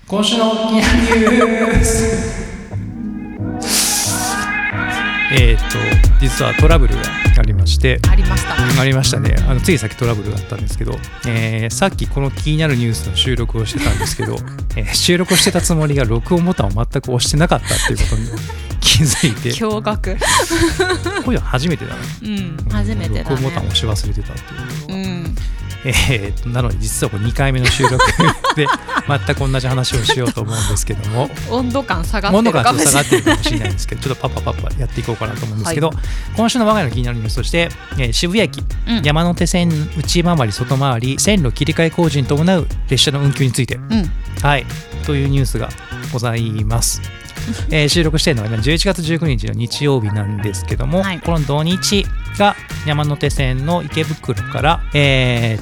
今週の大きなニュース実はトラブルがありましてありましたね。ついさっきトラブルがあったんですけど、さっきこの気になるニュースの収録をしてたんですけど、収録をしてたつもりが録音ボタンを全く押してなかったっていうことに気づいて驚愕こういうの初めてだね。 初めてだね。 録音ボタンを押し忘れてたっていうのが、なので実はこれ2回目の収録で全く同じ話をしようと思うんですけども温度感下がってるかもしれない。 下がってるかもしれないんですけど、ちょっとパッパやっていこうかなと思うんですけど、今週の我が家の気になるニュースとして、渋谷駅、山手線内回り外回り線路切り替え工事に伴う列車の運休について、というニュースがございます。収録しているのが11月19日の日曜日なんですけども、この土日が山手線の池袋から大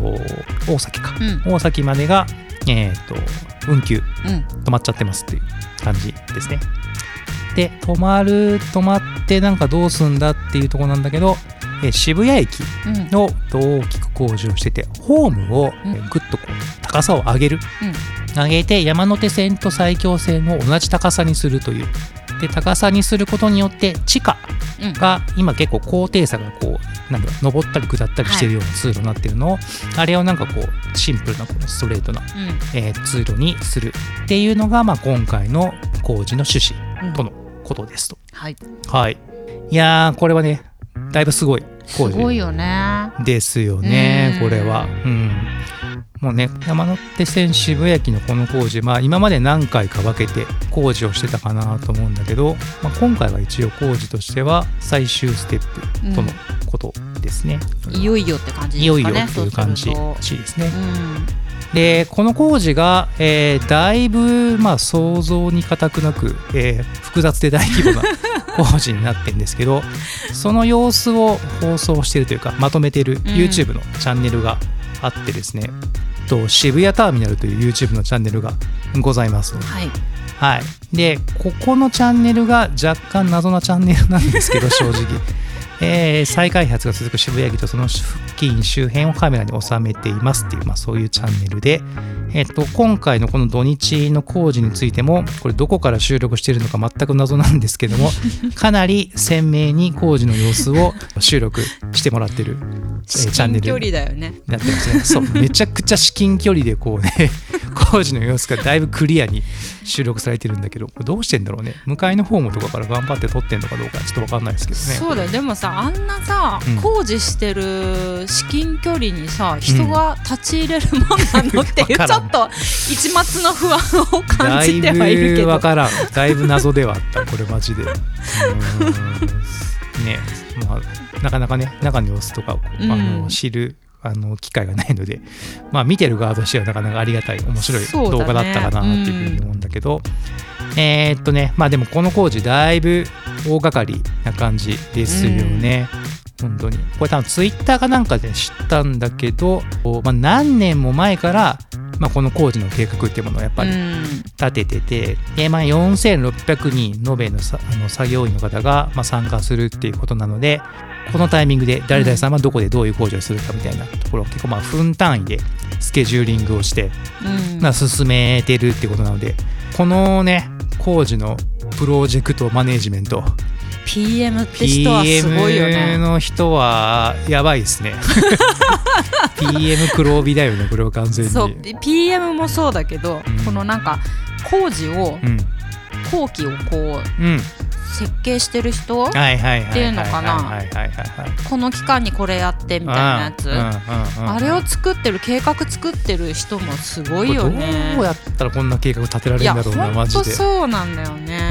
崎までが運休、止まっちゃってますっていう感じですね。で止まってなんかどうすんだっていうところなんだけど、渋谷駅の大きく工事をしてて、ホームをぐっとこう高さを上げる、上げて山手線と埼京線を同じ高さにするという。で高さにすることによって地下が今結構高低差がこうなんか上ったり下ったりしてるような通路になってるのを、あれをなんかこうシンプルなこのストレートな、通路にするっていうのが、今回の工事の趣旨とのことですと。いやーこれはねだいぶすごい工事すごいよねですよね。これは、もうね山手線渋谷駅のこの工事、今まで何回か分けて工事をしてたかなと思うんだけど、今回は一応工事としては最終ステップとのことですね。 いよいよって感じですかね。 いよいよっていう感じらしいですね。でこの工事が、だいぶ想像に難くなく、複雑で大規模な工事になってるんですけど、その様子を放送しているというかまとめている YouTube のチャンネルがあってですね、渋谷ターミナルという YouTube のチャンネルがございます。でここのチャンネルが若干謎なチャンネルなんですけど正直再開発が続く渋谷駅とその付近周辺をカメラに収めていますっていう、そういうチャンネルで、今回のこの土日の工事についてもこれどこから収録しているのか全く謎なんですけどもかなり鮮明に工事の様子を収録してもらってるチャンネルになってますね。そうめちゃくちゃ至近距離でこうね工事の様子がだいぶクリアに収録されてるんだけど、どうしてんだろうね。向かいのホームとかから頑張って撮ってんのかどうかちょっと分かんないですけどね。 そうだよ。でもさあんなさ、工事してる至近距離にさ人が立ち入れるもんなのっていう、ちょっと一末の不安を感じてはいるけど、だいぶ分からん。 だいぶ謎ではあったこれマジでね。なかなかね中の様子とかを知る機会がないので、見てる側としてはなかなかありがたい面白い動画だったかなっていうふうに思うんだけど、でもこの工事だいぶ大掛かりな感じですよね。本当にこれ多分ツイッターかなんかで知ったんだけど、何年も前からこの工事の計画っていうものをやっぱり立ててて、で4600人延べの作業員の方が参加するっていうことなので、このタイミングで誰々さんはどこでどういう工事をするかみたいなところを結構分単位でスケジューリングをして、進めてるっていうことなので、このね工事のプロジェクトマネージメント PM って人はすごいよね。 PM の人はやばいですねPM 黒帯だよねこれは完全に。 そう PM もそうだけど、このなんか工事を、工期をこう、設計してる人っていうのかな、この期間にこれやってみたいなやつ、あれを計画作ってる人もすごいよね。 どうやったらこんな計画立てられるんだろうなマジで。 ほんとそうなんだよ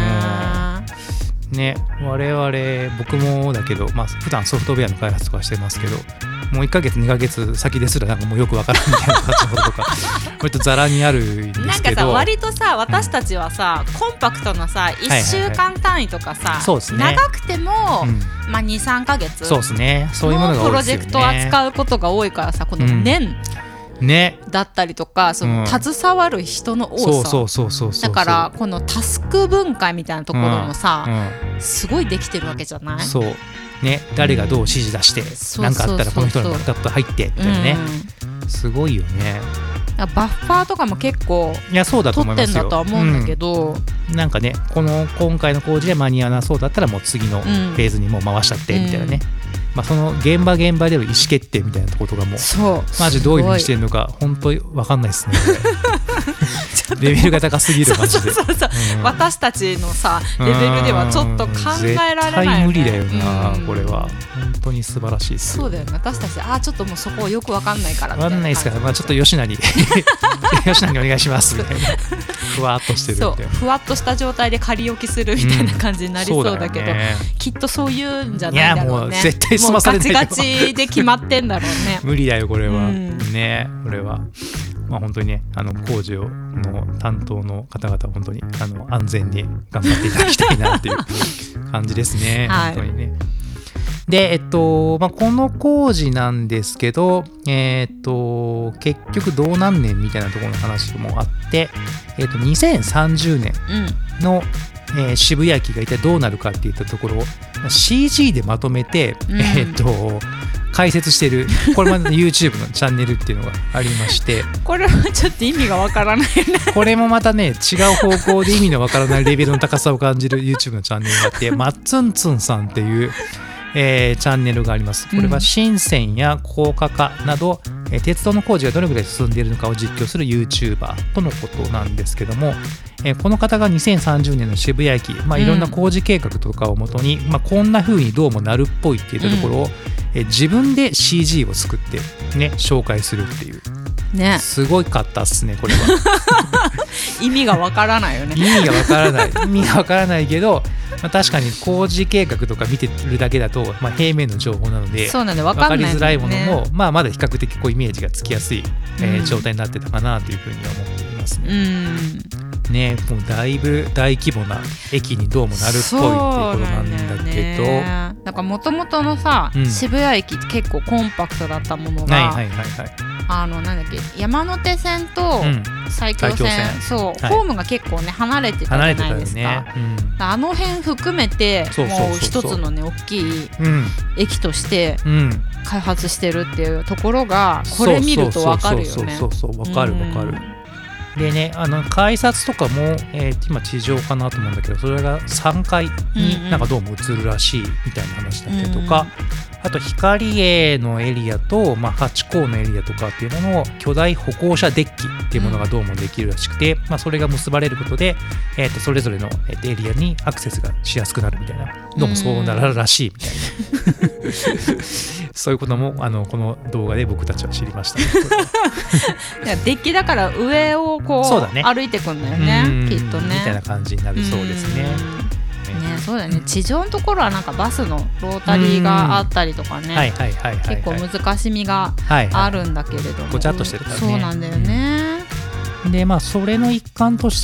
ね。 我々僕もだけど、普段ソフトウェアの開発とかしてますけど、もう1ヶ月2ヶ月先ですらなんかもうよくわからんみたいな感じのこととか割とザラにあるんですけど、 なんかさ割とさ私たちはさ、コンパクトなさ1週間単位とかさ、長くても、2,3 ヶ月そうですね、そういうものが多いですよね。 プロジェクトを扱うことが多いからさ、この年、だったりとかその携わる人の多さ、だからこのタスク分解みたいなところもさ、すごいできてるわけじゃない。 そうね、誰がどう指示出して、何かあったらこの人のバックアップ入ってみたいなね、すごいよね。 バッファーとかも結構取ってんだとは思うんだけど、 なんかね今回の工事で間に合わなそうだったらもう次のフェーズにもう回しちゃってみたいなね、その現場での意思決定みたいなところとかもマジどういうふうにしてるのか本当に分かんないですねレベルが高すぎるマジで。 私たちのさレベルではちょっと考えられないよね。絶対無理だよな、これは本当に素晴らしいです。 そうだよね、私たちちょっともうそこよく分かんないからみたいな。 分かんないですから、ちょっと吉成に吉成お願いしますみたいなふわっとしてるみたいな、 そうふわっとした状態で仮置きするみたいな感じになりそうだけど、きっとそういうんじゃないだろうね。 いやもう絶対済まされないよ。 もうガチガチで決まってんだろうね無理だよこれは、ね、これは本当にね工事の担当の方々本当に安全に頑張っていただきたいなっていう感じですね、はい、本当にね。でこの工事なんですけど結局どうなんねんみたいなところの話もあって2030年の、渋谷駅が一体どうなるかっていったところを CG でまとめて、解説してるこれまでの YouTube のチャンネルっていうのがありましてこれはちょっと意味がわからないよねこれもまたね違う方向で意味のわからないレベルの高さを感じる YouTube のチャンネルがあってマッツンツンさんっていうチャンネルがあります。これは深センや高架化など、鉄道の工事がどれぐらい進んでいるのかを実況する YouTuber とのことなんですけども、この方が2030年の渋谷駅、いろんな工事計画とかをもとに、こんな風にどうもなるっぽいっていったところを、自分で CG を作って、ね、紹介するっていう。 ね、 すごいかったっすねこれは意味がわからないよね。 意味がわからないけど、確かに工事計画とか見てるだけだと、平面の情報なのでそうなんで分かりづらいものも、まだ比較的イメージがつきやすい、状態になってたかなというふうには思っていますね。もうだいぶ大規模な駅にどうもなるっぽいっていうことなんだけど、 なんか元々のさ、渋谷駅って結構コンパクトだったものが、なんだっけ山手線と埼京線、そう、ホームが結構ね離れてたじゃないですか。あの辺含めてもう一つのね大きい駅として開発してるっていうところがこれ見ると分かるよね。 そう分かる。でね、改札とかも、今地上かなと思うんだけど、それが3階になんかどうも映るらしいみたいな話だったりとか、あと光栄のエリアと、ハチ公のエリアとかっていうものを巨大歩行者デッキっていうものがどうもできるらしくて、それが結ばれることで、それぞれのエリアにアクセスがしやすくなるみたいな、どうもそうなるらしいみたいなそういうこともこの動画で僕たちは知りましたねいやデッキだから上をこう歩いてくんだよね、きっとねみたいな感じになりそうですね。 そうだね、地上のところはなんかバスのロータリーがあったりとかね、結構難しみがあるんだけれども、 ごちゃっとしてるからね。 そうなんだよね。 でそれの一環として、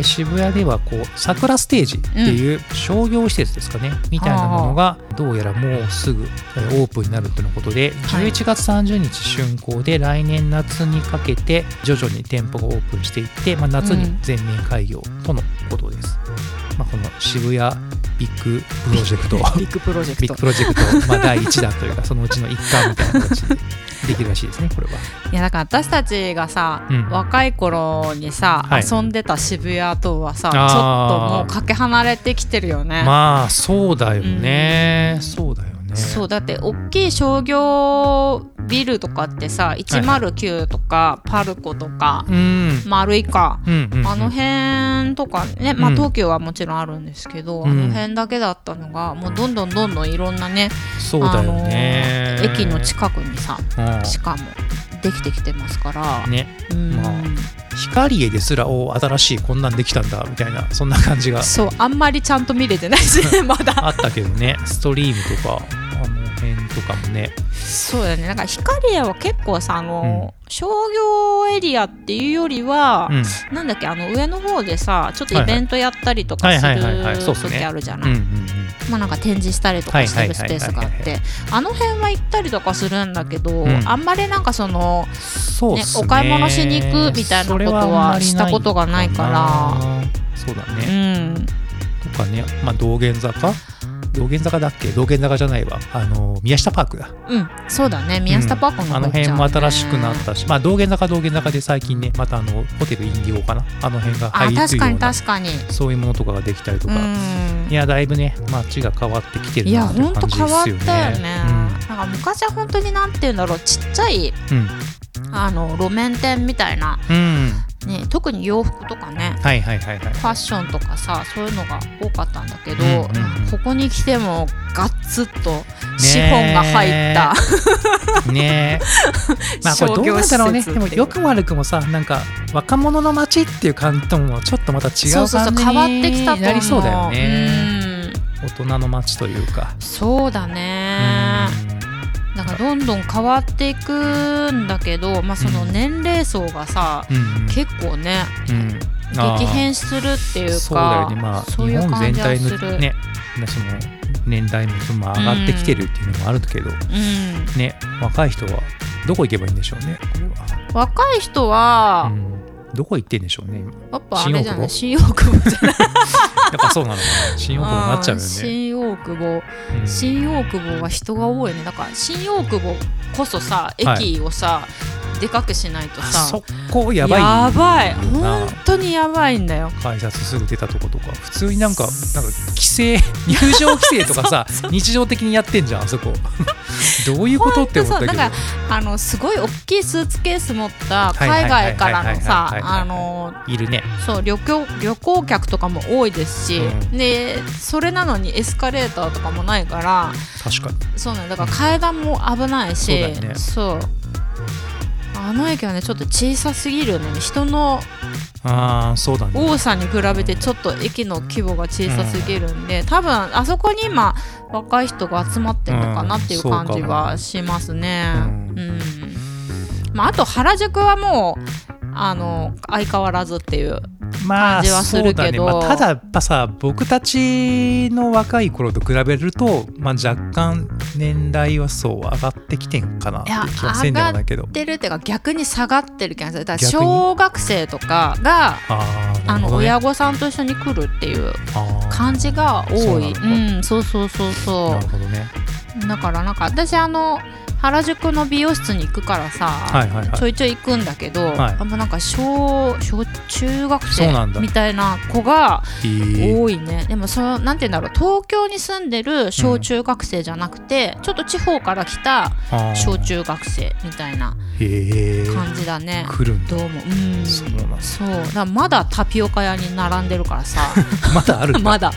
渋谷では桜ステージっていう商業施設ですかね、みたいなものがどうやらもうすぐ、オープンになるとのことで、11月30日竣工で来年夏にかけて徐々に店舗がオープンしていって、夏に全面開業とのことです。この渋谷ビッグプロジェクトビッグプロジェクト、第1弾というかそのうちの一環みたいな形でできるらしいですね、これは。 いやだから私たちがさ、若い頃にさ、遊んでた渋谷とはさ、ちょっともうかけ離れてきてるよね。 そうだよね、そうだよね。 そうだって大きい商業ビルとかってさ109とかパルコとか、丸いか、あの辺とかね、東京はもちろんあるんですけど、あの辺だけだったのがもうどんどんいろんなね、 そうだよね、 駅の近くにさ、しかもできてきてますからね、光栄ですら新しいこんなんできたんだみたいな、そんな感じがあんまりちゃんと見れてないしまだあったけどね、ストリームとかあの辺とかもね。 そうだね、なんか光栄は結構さ商業エリアっていうよりは、なんだっけ上の方でさちょっとイベントやったりとかする時あるじゃない。なんか展示したりとかしてるスペースがあって、あの辺は行ったりとかするんだけど、あんまりなんかお買い物しに行くみたいなことはしたことがないから。 そうだね、とかね、道玄坂道玄坂だっけ、道玄坂じゃないわ、宮下パークだ。 そうだね、宮下パークの、 あの辺も新しくなったし、道玄坂で最近ね、またホテルインディゴかな、あの辺が入るような、 確かにそういうものとかができたりとか、いやだいぶね街が変わってきてるなって感じですよね。いや本当変わったよね。 なんか昔は本当になんていうんだろう、ちっちゃい、路面店みたいな、ね、特に洋服とかね、ファッションとかさ、そういうのが多かったんだけど、ここに来てもガッツッと資本が入ったねこれどうなんだろうね。でも良くも悪くもさ、なんか若者の街っていう感じともちょっとまた違う感じになりそうだよね。大人の街というか。そうだね。だからどんどん変わっていくんだけど、その年齢層がさ、結構ね、激変するっていうか、そうだよね。そういう感じはする。日本全体のね、その年代の人も上がってきてるっていうのもあるけど、ね、若い人はどこ行けばいいんでしょうね。これは若い人は、 どこ行ってんでしょうね。 やっぱあれじゃない、新大久保じゃないやっぱそうなのかな。新大久保になっちゃうよね。 新大久保は人が多いね。だから新大久保こそさ、駅をさ、でかくしないとさ、 そこやばい本当にやばいんだよ。 改札すぐ出たとことか普通になんか規制、入場規制とかさ日常的にやってんじゃん、あそこどういうことって思ったけど、 なんかすごい大きいスーツケース持った海外からのさ、 いるね。 そう旅行客とかも多いですし、でそれなのにエスカレーターとかもないから、 確かにそうね、だから階段も危ないし、そうあの駅はねちょっと小さすぎるよね。人の多さに比べてちょっと駅の規模が小さすぎるんで、多分あそこに今若い人が集まってるのかなっていう感じはしますね。あと原宿はもう相変わらずっていう感じはするけど、 ただやっぱさ、僕たちの若い頃と比べると、若干年代はそう上がってきてんかなって気はせんでもないけど、 上がってるっていうか逆に下がってる気がする。だから小学生とかが親御さんと一緒に来るっていう感じが多い。そう。なるほどね。だからなんか私原宿の美容室に行くからさ、ちょいちょい行くんだけど、なんか小中学生みたいな子が多いね。でもなんていうんだろう、東京に住んでる小中学生じゃなくて、ちょっと地方から来た小中学生みたいな感じだね。 来るんだ。 どうも。そうだからまだタピオカ屋に並んでるからさまだあるんだ。 まだ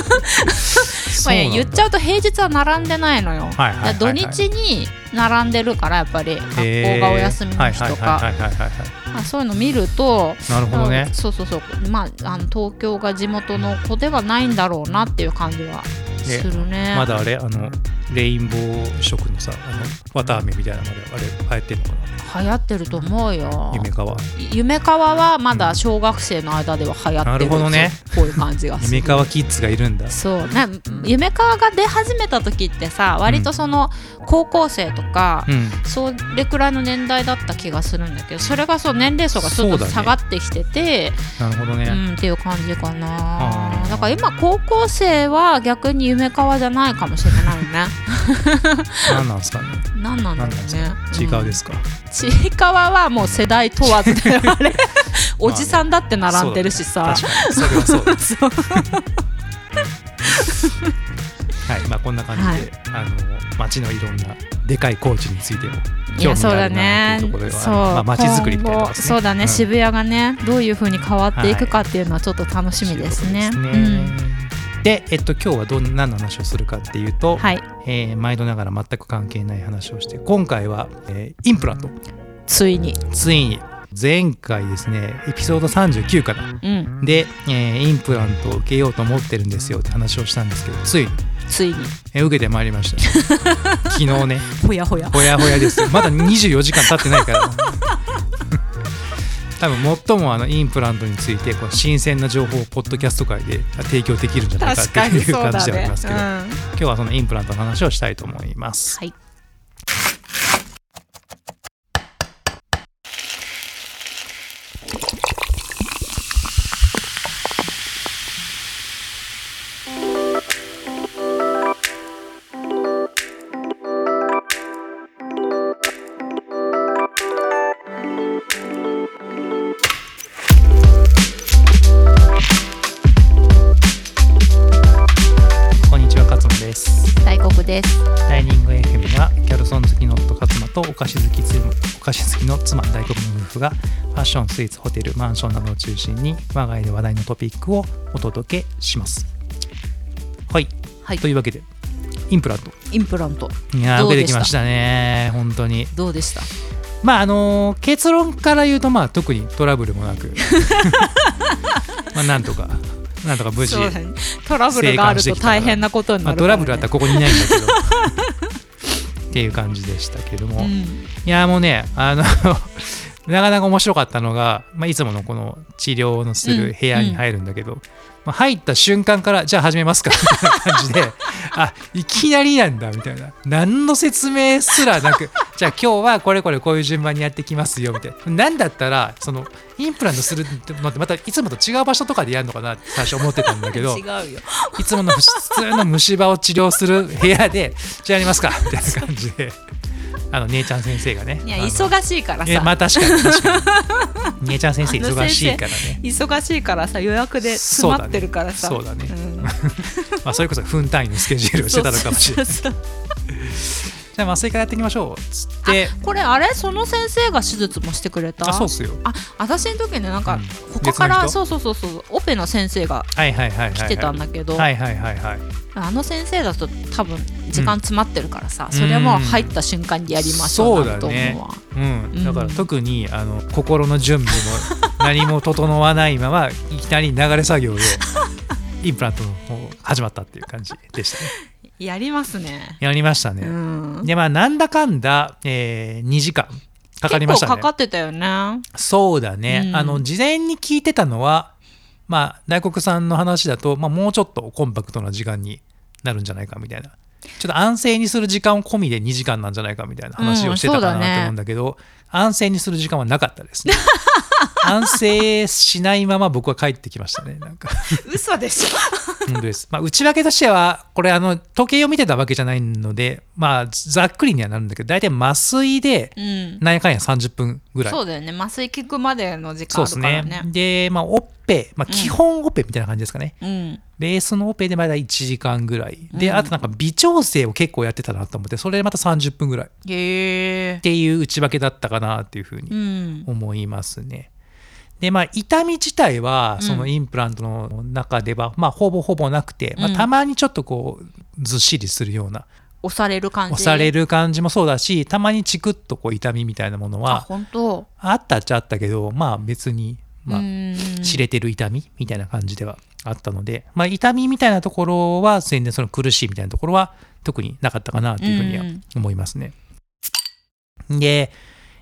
言っちゃうと平日は並んでないのよ。土日に並んでるから、やっぱり学校がお休みの日とか、そういうの見ると、 なるほどね。 そう東京が地元の子ではないんだろうなっていう感じはするね。 まだあれレインボー色のさ綿あめみたいなのまであれ流行ってるのかな。 流行ってると思うよ。 夢川はまだ小学生の間では流行ってる。 なるほどね。 こういう感じがする。 夢川キッズがいるんだ。 そうね。夢川が出始めた時ってさ、割とその高校生とか、それくらいの年代だった気がするんだけど、それが年齢層がちょっと下がってきてて、 なるほどね。 っていう感じかな。だから今高校生は逆に夢川じゃないかもしれないね。 何なんですかね。 何なんだろうね。 ちいかわですか。 ちいかわはもう世代問わずだよあれ。おじさんだって並んでるしさ。 確かにそれはそうです。はい、こんな感じで、街のいろんなでかい工事についても興味があるなというところでは、街づくりみたいなところですね。 そうだね、渋谷がねどういう風に変わっていくかっていうのはちょっと楽しみですね。 で、今日は何の話をするかっていうと、毎度ながら全く関係ない話をして、今回は、インプラント。 ついに前回ですね、エピソード39かな、で、インプラントを受けようと思ってるんですよって話をしたんですけど、ついに受けてまいりました、昨日ね。 ほやほやですよ。まだ24時間経ってないから多分最もインプラントについて新鮮な情報をポッドキャスト界で提供できるんじゃないかっていう感じではありますけど、今日はそのインプラントの話をしたいと思います。 菓子好きの妻大黒の夫婦がファッション、スイーツ、ホテル、マンションなどを中心に我が家で話題のトピックをお届けします。はい、はい、というわけでインプラントいや受けてきましたね。本当にどうでした？ 結論から言うと特にトラブルもなくなんとか無事、ね、 トラブルがあると大変なことになるから、ね、 トラブルあったらここにいないんだけどっていう感じでしたけども、いやもうねなかなか面白かったのが、いつものこの治療のする部屋に入るんだけど、入った瞬間からじゃあ始めますかみたいな感じでいきなりなんだみたいな、何の説明すらなくじゃあ今日はこれこういう順番にやってきますよみたいな。なんだったらそのインプラントするのってまたいつもと違う場所とかでやるのかなって最初思ってたんだけど違うよ、 いつもの普通の虫歯を治療する部屋でじゃあやりますかみたいな感じで姉ちゃん先生がね、 いや忙しいからさ、 確かに姉ちゃん先生忙しいからね、 忙しいからさ、予約で詰まってるからさ、 そうだねそれこそ分単位のスケジュールをしてたのかもしれない。じゃあ麻酔からやっていきましょうっつって、 これその先生が手術もしてくれた？ そうっすよ。 私の時ね他からそうオペの先生が来てたんだけど、あの先生だと多分時間詰まってるからさ、それはもう入った瞬間にやりましょうなと思うわ。 だから特に心の準備も何も整わないままいきなり流れ作業でインプラントも始まったっていう感じでしたね。 やりますね。 やりましたね。でなんだかんだ、2時間かかりましたね。 結構かかってたよね。 そうだね、事前に聞いてたのは大黒さんの話だと、もうちょっとコンパクトな時間になるんじゃないかみたいな、ちょっと安静にする時間を込みで2時間なんじゃないかみたいな話をしてたかなと思うんだけど、安静にする時間はなかったですね。安静しないまま僕は帰ってきましたね。 嘘でしょ。 本当です。内訳としてはこれ時計を見てたわけじゃないので、ざっくりにはなるんだけど、大体麻酔で何やかんや30分ぐらい、 そうだよね、麻酔効くまでの時間あるからね。 そうですね。でオペ、基本オペみたいな感じですかね、ベースのオペでまだ1時間ぐらいで、あと微調整を結構やってたなと思って、それでまた30分ぐらいっていう内訳だったかなっていうふうに思いますね。で痛み自体はそのインプラントの中ではほぼなくて、たまにちょっとずっしりするような押される感じもそうだし、たまにチクッと痛みみたいなものはあったっちゃあったけど、別に知れてる痛みみたいな感じではあったので、痛みみたいなところは全然その苦しいみたいなところは特になかったかなというふうには思いますね。で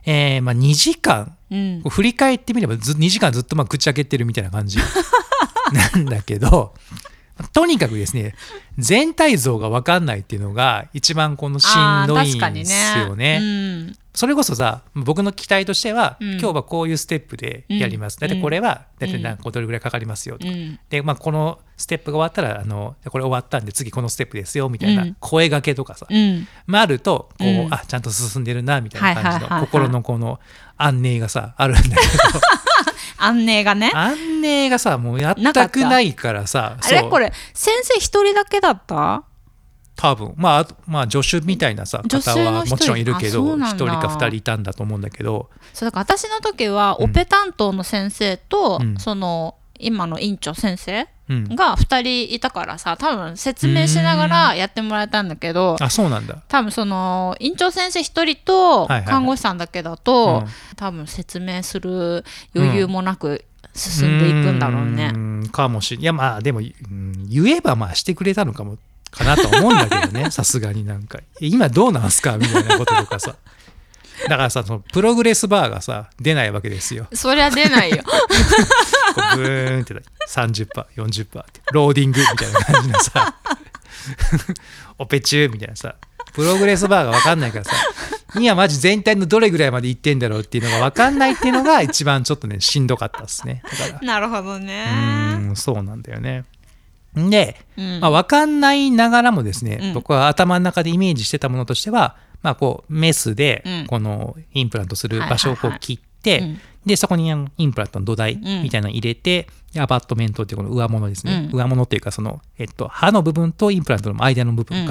2時間、振り返ってみれば2時間ずっと口開けてるみたいな感じなんだけど、とにかくですね、全体像が分かんないっていうのが一番しんどいんですよね。それこそさ、僕の期待としては、今日はこういうステップでやります。だってこれはだってどれぐらいかかりますよと。でこのステップが終わったらこれ終わったんで次このステップですよみたいな声掛けとかさ、あるとちゃんと進んでるなみたいな感じの心のこの安寧がさあるんだけど安寧がさもうやったくないからさ、 これ先生一人だけだった？ 多分助手みたいなさ方はもちろんいるけど、1人か2人いたんだと思うんだけど、 だから私の時はオペ担当の先生と、その今の院長先生が2人いたからさ、多分説明しながらやってもらえたんだけど、 そうなんだ。 多分その院長先生1人と看護師さんだけだと、多分説明する余裕もなく進んでいくんだろうね。 かもしれない。いやでも言えばしてくれたのかもかなと思うんだけどね。さすがに今どうなんすかみたいなこととかさ、だからさそのプログレスバーがさ出ないわけですよ。 そりゃ出ないよ。 ブーンって 30%、40% ってローディングみたいな感じのさオペ中みたいなさ、プログレスバーが分かんないからさ、今マジ全体のどれぐらいまでいってんだろうっていうのが分かんないっていうのが一番ちょっとねしんどかったですね。だからなるほどね。 そうなんだよね。で、分かんないながらもですね、僕は頭の中でイメージしてたものとしては、メスでこのインプラントする場所を切って、でそこにインプラントの土台みたいなの入れて、アパートメントっていうこの上物ですね、上物っていうかその、歯の部分とインプラントの間の部分か、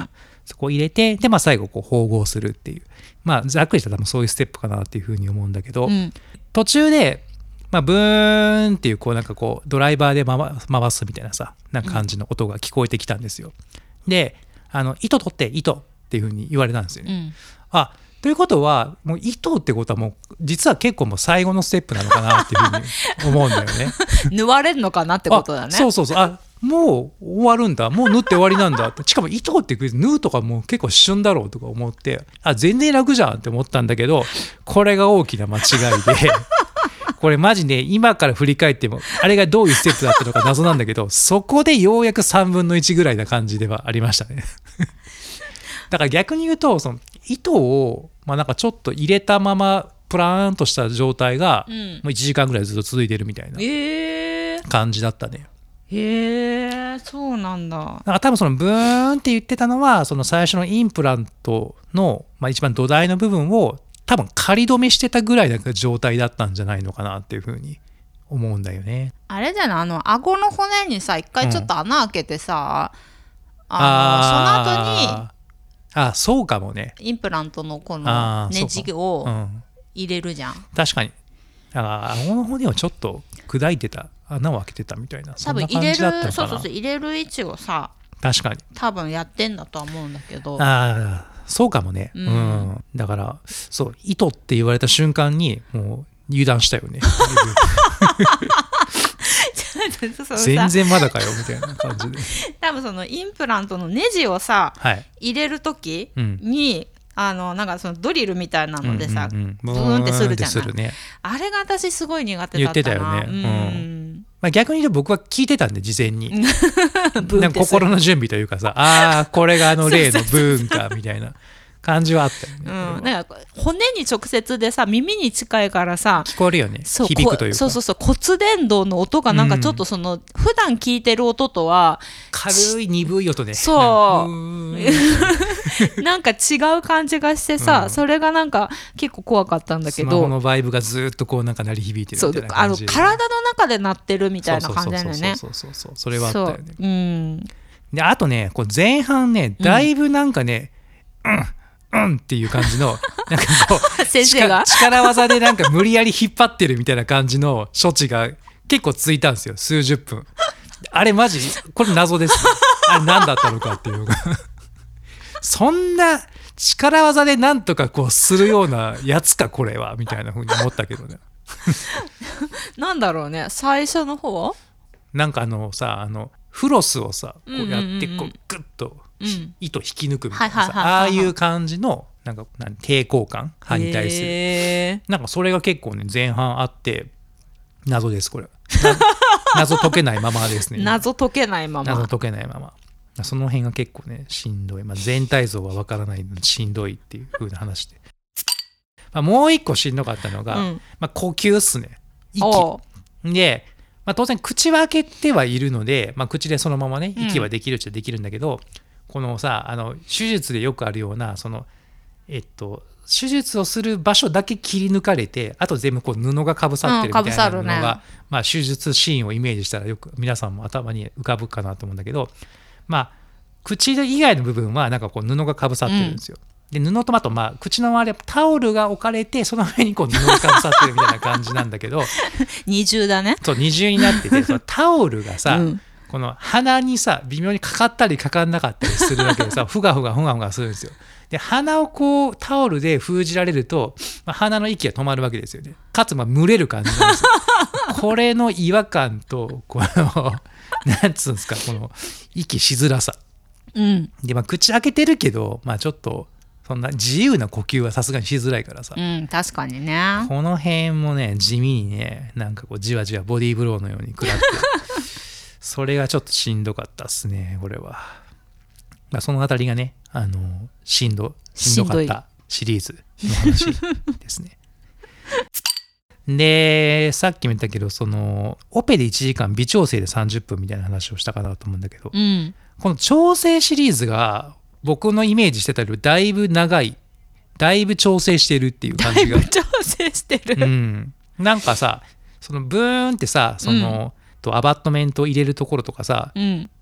そこを入れて、で、まあ、最後こう縫合するっていう、まあ、ざっくりしたら多分そういうステップかなっていうふうに思うんだけど、途中で、まあ、ブーンっていうこうなんかこうドライバーで回すみたいなさ、なんか感じの音が聞こえてきたんですよ。で、糸取って糸っていうふうに言われたんですよね。あ、ということはもう糸ってことはもう実は結構もう最後のステップなのかなっていうふうに思うんだよね。 縫われるのかなってことだね。 そうそうそう。あ、もう終わるんだ、もう縫って終わりなんだって。しかも糸って縫うとかもう結構旬だろうとか思って、あ、全然楽じゃんって思ったんだけど、これが大きな間違いでこれマジで今から振り返ってもあれがどういうステップだったのか謎なんだけど、そこでようやく3分の1ぐらいな感じではありましたねだから逆に言うと、その糸をまあなんかちょっと入れたままプラーンとした状態がもう1時間ぐらいずっと続いてるみたいな感じだったね。 へえ、そうなんだ。 だから多分そのブーンって言ってたのは、その最初のインプラントの、まあ、一番土台の部分を多分仮止めしてたぐらいの状態だったんじゃないのかなっていうふうに思うんだよね。 あれじゃない、顎の骨にさ、一回ちょっと穴開けてさ、その後にそうかもね、 インプラントのこのネジを入れるじゃん。 確かに。顎の骨をちょっと砕いてた、穴を開けてたみたいな、そんな感じだったのかな。 そう入れる位置をさ、 確かに多分やってんだとは思うんだけど。 そうかもね、だからそう糸って言われた瞬間にもう油断したよね全然まだかよみたいな感じで多分そのインプラントのネジをさ、入れる時に、なんかそのドリルみたいなのでさ、ブーンってするじゃない、ね、あれが私すごい苦手だったな。 言ってたよね、まあ、逆に言うと僕は聞いてたんで事前になんか心の準備というかさ、これが例のブーンかみたいな感じはあったよね。 なんか骨に直接でさ、耳に近いからさ聞こえるよね、響くというか。 そう骨伝導の音がなんかちょっとその、普段聞いてる音とは軽い鈍い音で、 そうなんか違う感じがしてさ、それがなんか結構怖かったんだけど、スマホのバイブがずっとこうなんか鳴り響いてるみたいな感じで、 体の中で鳴ってるみたいな感じだよね。 そうそれはあったよね。であとね、こう前半ねだいぶなんかね、っていう感じのなんかこう先生が力技でなんか無理やり引っ張ってるみたいな感じの処置が結構続いたんですよ、数十分。あれマジこれ謎です、ね、あれ何だったのかっていうのがそんな力技でなんとかこうするようなやつかこれはみたいな風に思ったけどねなんだろうね、最初の方なんかフロスをさこうやってこうグッと糸引き抜くみたいなさ、ああいう感じのなんか抵抗感、歯に対するなんかそれが結構ね前半あって、謎ですこれ謎解けないままですね謎解けないままその辺が結構ねしんどい、全体像は分からないのにしんどいっていう風な話で、もう一個しんどかったのが、呼吸っすね、息で、当然口は開けてはいるので、口でそのままね息はできるっちゃできるんだけど、このさ手術でよくあるようなその手術をする場所だけ切り抜かれて、あと全部こう布がかぶさってるみたいなのが、手術シーンをイメージしたらよく皆さんも頭に浮かぶかなと思うんだけど、口以外の部分はなんかこう布がかぶさってるんですよ。で布とあと口の周りはタオルが置かれて、その上にこう布がかぶさってるみたいな感じなんだけど二重だね。 そう二重になってて、そのタオルがさ、この鼻にさ微妙にかかったりかかんなかったりするだけでさふがふがするんですよ。で鼻をこうタオルで封じられると、鼻の息が止まるわけですよね。かつ蒸れる感じなんですよこれの違和感とこのなんつうんですか、この息しづらさ、で口開けてるけど、ちょっとそんな自由な呼吸はさすがにしづらいからさ、 確かにね。 この辺もね地味にねなんかこうじわじわボディーブローのように食らってそれがちょっとしんどかったっすねこれは。そのあたりがねしんどかったシリーズの話ですねでさっきも言ったけど、そのオペで1時間微調整で30分みたいな話をしたかなと思うんだけど、この調整シリーズが僕のイメージしてたよりだいぶ長い、だいぶ調整してるっていう感じが。 だいぶ調整してる、 なんかさそのブーンってさその、アバットメントを入れるところとかさ、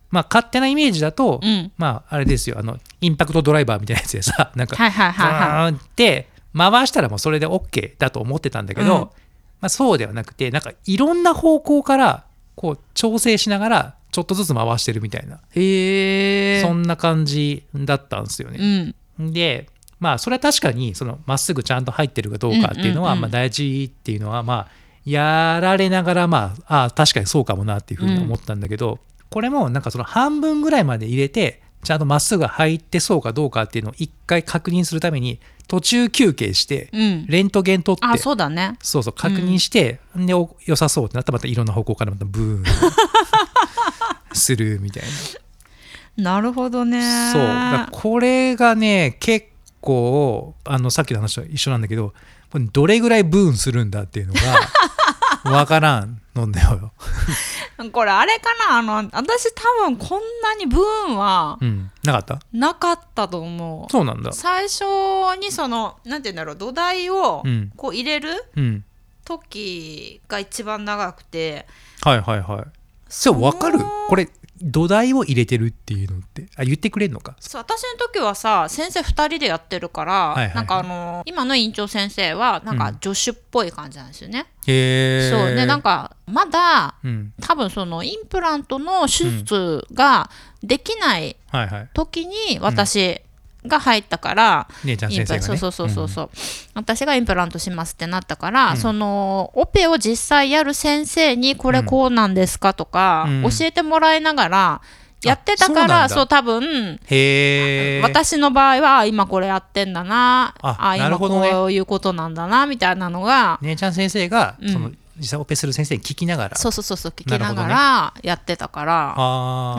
まあ、勝手なイメージだと、まああれですよ、インパクトドライバーみたいなやつでさ、なんかザーンって回したらもうそれで OK だと思ってたんだけど、まあ、そうではなくて、なんかいろんな方向からこう調整しながらちょっとずつ回してるみたいな、そんな感じだったんですよね。でまあそれは確かにまっすぐちゃんと入ってるかどうかっていうのはまあ大事っていうのはまあやられながら、まあ確かにそうかもなっていうふうに思ったんだけど、これもなんか半分ぐらいまで入れてちゃんとまっすぐ入ってそうかどうかっていうのを一回確認するために途中休憩して、レントゲン撮って、 そうだね、 そう確認して、で良さそうってなったらまたいろんな方向からまたブーンするみたいな。なるほどね。 そうだ、これがね結構さっきの話と一緒なんだけど、どれぐらいブーンするんだっていうのが分からんのだよこれあれかな、私多分こんなにブーンは、なかったと思う。 そうなんだ。 最初になんていうんだろう、土台をこう入れる時が一番長くて、 はいはいはい。そう分かる？これ土台を入れてるっていうのって言ってくれるのか。 そう、私の時はさ、先生2人でやってるから、なんか今の院長先生はなんか助手っぽい感じなんですよね。 へー。 そうで、なんかまだ、多分インプラントの手術ができない時に私が入ったから、 姉ちゃん先生がね、 そう私がインプラントしますってなったから、オペを実際やる先生にこれこうなんですかとか、教えてもらいながらやってたから、そう多分私の場合は今これやってんだな、今こういうことなんだなみたいなのが、 姉ちゃん先生が実際オペする先生に聞きながら、 聞きながらやってたから、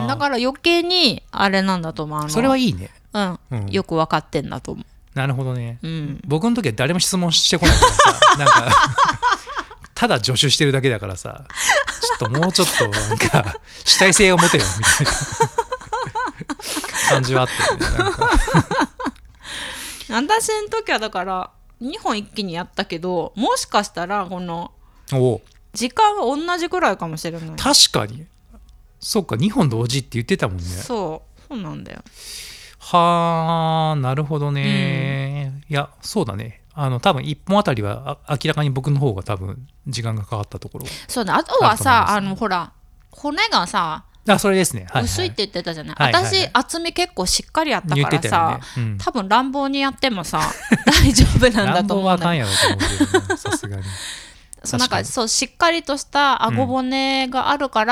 だから余計にあれなんだと思う。 それはいいね。 よく分かってんだと思う。 なるほどね。僕の時は誰も質問してこないからさなんかただ助手してるだけだからさ、ちょっともうちょっとなんか主体性を持てよみたいな感じはあったよね。なんか私の時はだから2本一気にやったけど、もしかしたらこの時間は同じくらいかもしれない。 確かにそうか、2本同時って言ってたもんね。 そうなんだよ。 はあ、なるほどね。いやそうだね、多分1本あたりは明らかに僕の方が多分時間がかかったところ。 そうね。あとはさ、ほら骨がさ、 それですね、 薄いって言ってたじゃない。私厚み結構しっかりあったからさ、多分乱暴にやってもさ大丈夫なんだと思うんだよ。乱暴はあかんやろと思うけど、さすがになんかしっかりとした顎骨があるから、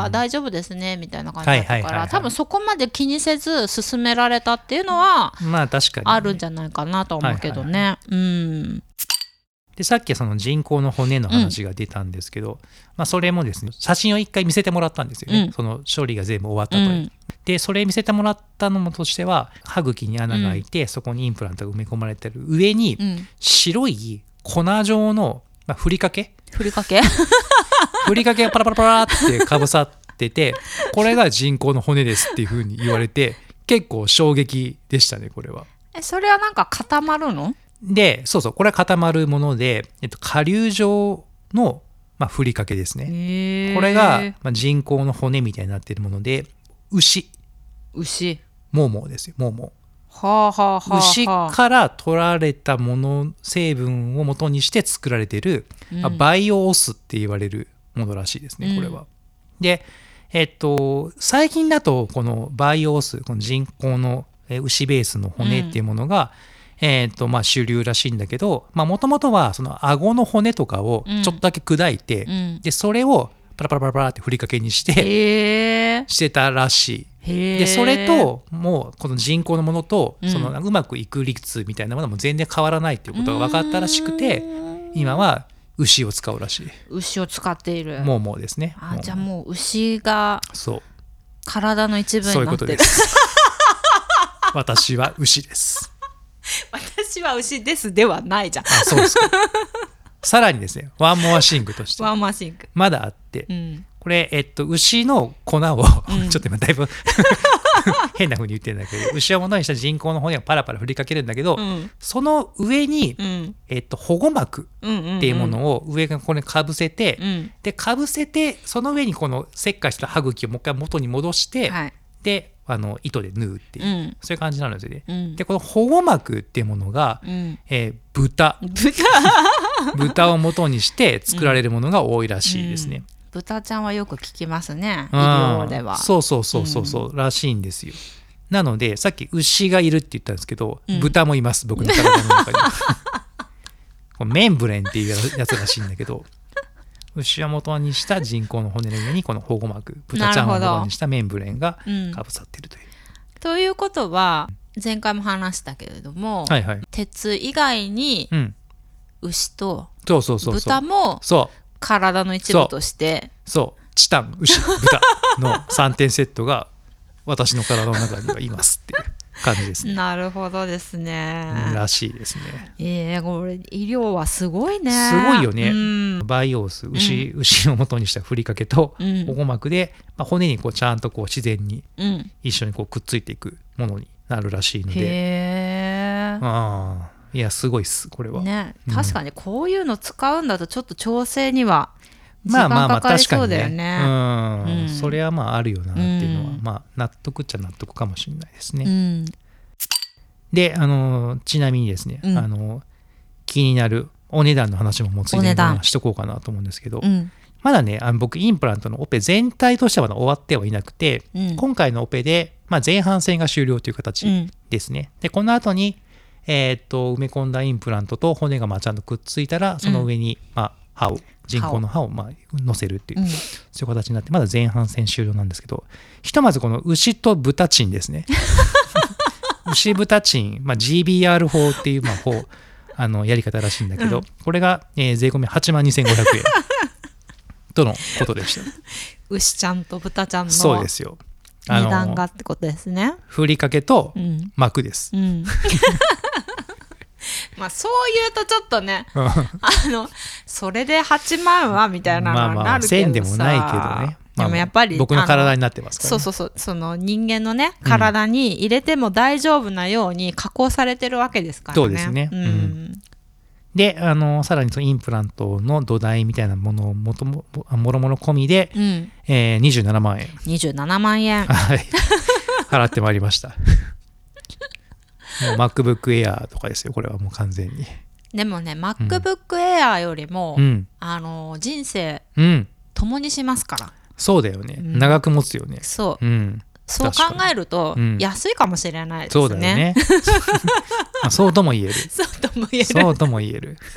大丈夫ですねみたいな感じだったから、多分そこまで気にせず進められたっていうのはあるんじゃないかなと思うけどね。 でさっきは人工の骨の話が出たんですけど、それもですね、写真を一回見せてもらったんですよね、その処理が全部終わったと。でそれ見せてもらったのもとしては、歯茎に穴が開いて、そこにインプラントが埋め込まれてる上に、白い粉状のふりかけがパラパラパラってかぶさってて、これが人工の骨ですっていう風に言われて、結構衝撃でしたね、これは。 それはなんか固まるの？ で、そうこれは固まるもので、顆粒状のふりかけですね。これが人工の骨みたいになっているもので、牛モーモーですよ、モーモー。牛から取られたもの、成分を元にして作られている、バイオオスって言われるものらしいですね、これは。で、最近だとこのバイオオス、この人工の牛ベースの骨っていうものが、主流らしいんだけど、もともとはその顎の骨とかをちょっとだけ砕いて、でそれをパラパラパラパラってふりかけにしてたらしい。でそれともうこの人工のものとそのうまくいく率みたいなものも全然変わらないっていうことが分かったらしくて、今は牛を使うらしい。 牛を使っているモーモーですね。 じゃあもう牛が体の一部になってる。 そういうことです。私は牛です。 私は牛ですではないじゃん。 そうですか。さらにですね、ワンモアシングとしてまだあって、これ、牛の粉を、ちょっと今だいぶ変な風に言ってるんだけど、牛を元にした人工の骨をパラパラ振りかけるんだけど、その上に、保護膜っていうものを上がこれかぶせて、でかぶせてその上にこの切開した歯茎をもう一回元に戻して、で糸で縫うっていう、そういう感じなんですよね。でこの保護膜っていうものが、豚を元にして作られるものが多いらしいですね。 豚ちゃんはよく聞きますね、医療では。 そうらしいんですよ。なのでさっき牛がいるって言ったんですけど、豚もいます、僕の体の中に。これメンブレンっていうやつらしいんだけど、牛を元にした人工の骨の上にこの保護膜、豚ちゃんを元にしたメンブレンがかぶさっているという。 ということは前回も話したけれども、鉄以外に牛と豚も体の一部として、 チタン、牛、豚の3点セットが私の体の中にはいますっていう感じですね。 なるほどですね。 らしいですね。 これ医療はすごいね。 すごいよね。培養巣、牛を元にしたふりかけと保護膜で、骨にこうちゃんとこう自然に一緒にこうくっついていくものになるらしいので。いやすごいっすこれは。 ね、確かにこういうの使うんだとちょっと調整には時間かかりそうだよね。 それはまああるよなっていうのは、納得っちゃ納得かもしれないですね。でちなみにですね、気になるお値段の話ももうついでにしとこうかなと思うんですけど、まだね僕インプラントのオペ全体としてはまだ終わってはいなくて、今回のオペで、前半戦が終了という形ですね。でこの後に埋め込んだインプラントと骨がちゃんとくっついたら、その上に歯を人工の歯を乗せるっていう、そういう形になって、まだ前半戦終了なんですけど、ひとまずこの牛と豚賃ですね。牛豚賃、GBR 法っていうやり方らしいんだけど、これが、税込み82,500円とのことでした。 牛ちゃんと豚ちゃんのそうですよ。 値段がってことですね。 ふりかけと膜です。 そう言うとちょっとね、それで8万はみたいなのになるけどさ、1000 でもないけどね。 でもやっぱり僕の体になってますからね。 その人間のね体に入れても大丈夫なように加工されてるわけですからね。 そうですね。でさらにそのインプラントの土台みたいなものをもろもろ込みで、27万円。 27万円。 払ってまいりました。もう MacBook Air とかですよ、これはもう完全に。 でもね MacBook Air よりも、人生共にしますから。 そうだよね、長く持つよね。 そう考えると安いかもしれないですね。 そうだよね。そうとも言える。 そうとも言える。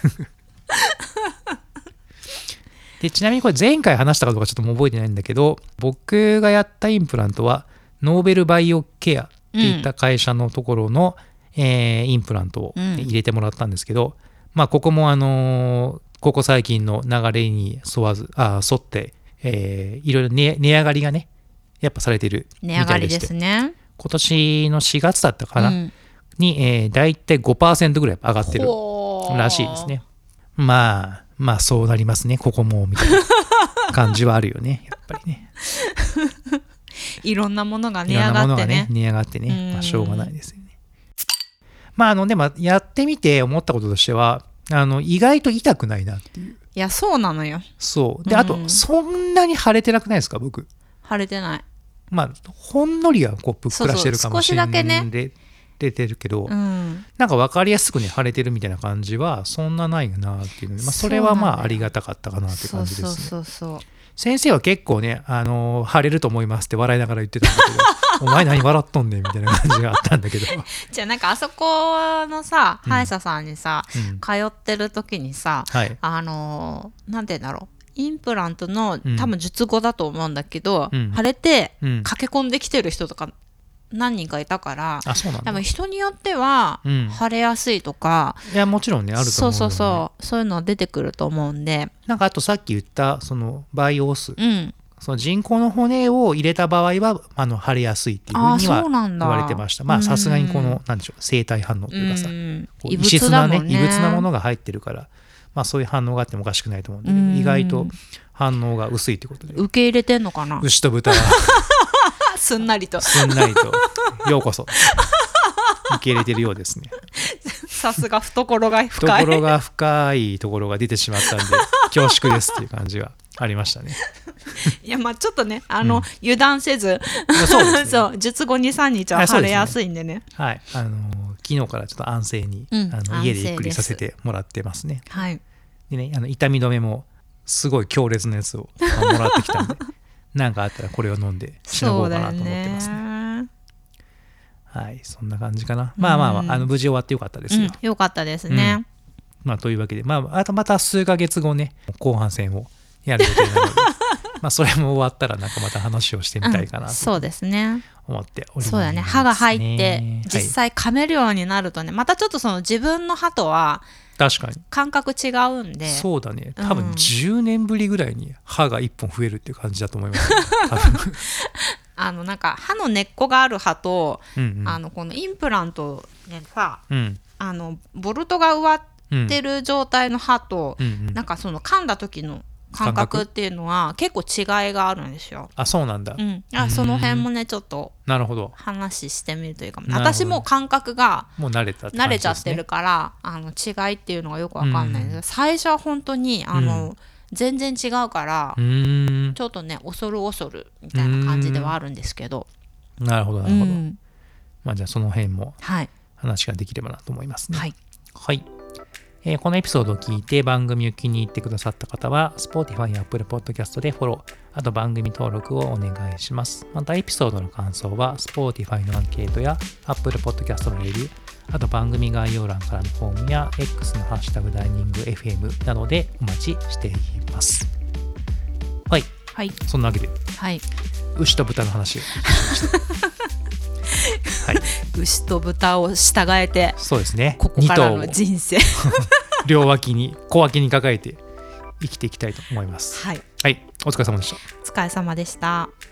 でちなみにこれ前回話したかどうかちょっともう覚えてないんだけど、僕がやったインプラントはノーベルバイオケアっていった会社のところの、インプラントを入れてもらったんですけど、ここもここ最近の流れに沿って、いろいろ値上がりがねやっぱされてるみたいでして、 値上がりですね。 今年の4月だったかな、に、だいたい 5% ぐらい上がってるらしいですね。まあそうなりますね、ここもみたいな感じはあるよね、やっぱりね。 いろんなものが値上がってね。 値上がってね、しょうがないですよね。でもやってみて思ったこととしては、意外と痛くないなっていう。 いやそうなのよ。 そうで、あとそんなに腫れてなくないですか？僕腫れてない。 ほんのりはこうぷっくらしてるかもしれないんで出てるけど、なんか分かりやすくね腫れてるみたいな感じはそんなないなっていうので、それはありがたかったかなって感じですね。先生は結構ね腫れると思いますって笑いながら言ってたんだけどお前何笑っとんねんみたいな感じがあったんだけどじゃあなんかあそこのさ歯医者さんにさ、通ってる時にさ、なんて言うんだろう、インプラントの多分術後だと思うんだけど、腫れて駆け込んできてる人とか何人かいたから、多分人によっては腫れやすいとか、 いやもちろんねあると思うよね。 そういうの出てくると思うんで、 なんかあとさっき言ったその培養巣、その人工の骨を入れた場合は腫れやすいっていうふうには言われてました。さすがにこのなんでしょう、生体反応というかさ、異物なものが入ってるから、そういう反応があってもおかしくないと思うんだけど、意外と反応が薄いってことで。 受け入れてんのかな、 牛と豚はすんなりとようこそ受け入れてるようですね。 さすが懐が深いところが出てしまったんで恐縮ですっていう感じがありましたね。 いやまあちょっとね油断せずそうですね、そう術後 2,3 日は晴れやすいんでね、 はい、昨日からちょっと安静に、家でゆっくりさせてもらってますね。 はい、 でね痛み止めもすごい強烈なやつをもらってきたんでなんかあったらこれを飲んでしのごうかなと思ってますね。はい、そんな感じかな。まあ無事終わってよかったですよ。 よかったですね。 というわけで、あとまた数ヶ月後ね後半戦をやる予定なのでそれも終わったらなんかまた話をしてみたいかなとそうですね思っております。 そうだね、歯が入って実際噛めるようになるとね、またちょっとその自分の歯とは確かに感覚違うんで、 そうだね、多分10年ぶりぐらいに歯が1本増えるっていう感じだと思います、ね、多分なんか歯の根っこがある歯と、このインプラントでさ、ボルトが植わってる状態の歯と、なんかその噛んだ時の感覚っていうのは結構違いがあるんですよ。 あ、そうなんだ。 その辺もねちょっと話してみるというか、私も感覚がもう慣れちゃってるから違いっていうのがよくわかんないんです。最初は本当に全然違うからちょっとね恐るみたいな感じではあるんですけど。 なるほど。じゃあその辺も話ができればなと思いますね。はい、このエピソードを聞いて番組を気に入ってくださった方は Spotify や Apple Podcast でフォロー、あと番組登録をお願いします。またエピソードの感想は Spotify のアンケートや Apple Podcast のレビュー、あと番組概要欄からのフォームや X のハッシュタグダイニング FM などでお待ちしています。はい、そんなわけで、牛と豚の話をしました牛と豚を従えて、 そうですね、 ここからの人生小脇に抱えて生きていきたいと思います。はい、お疲れ様でした。 お疲れ様でした。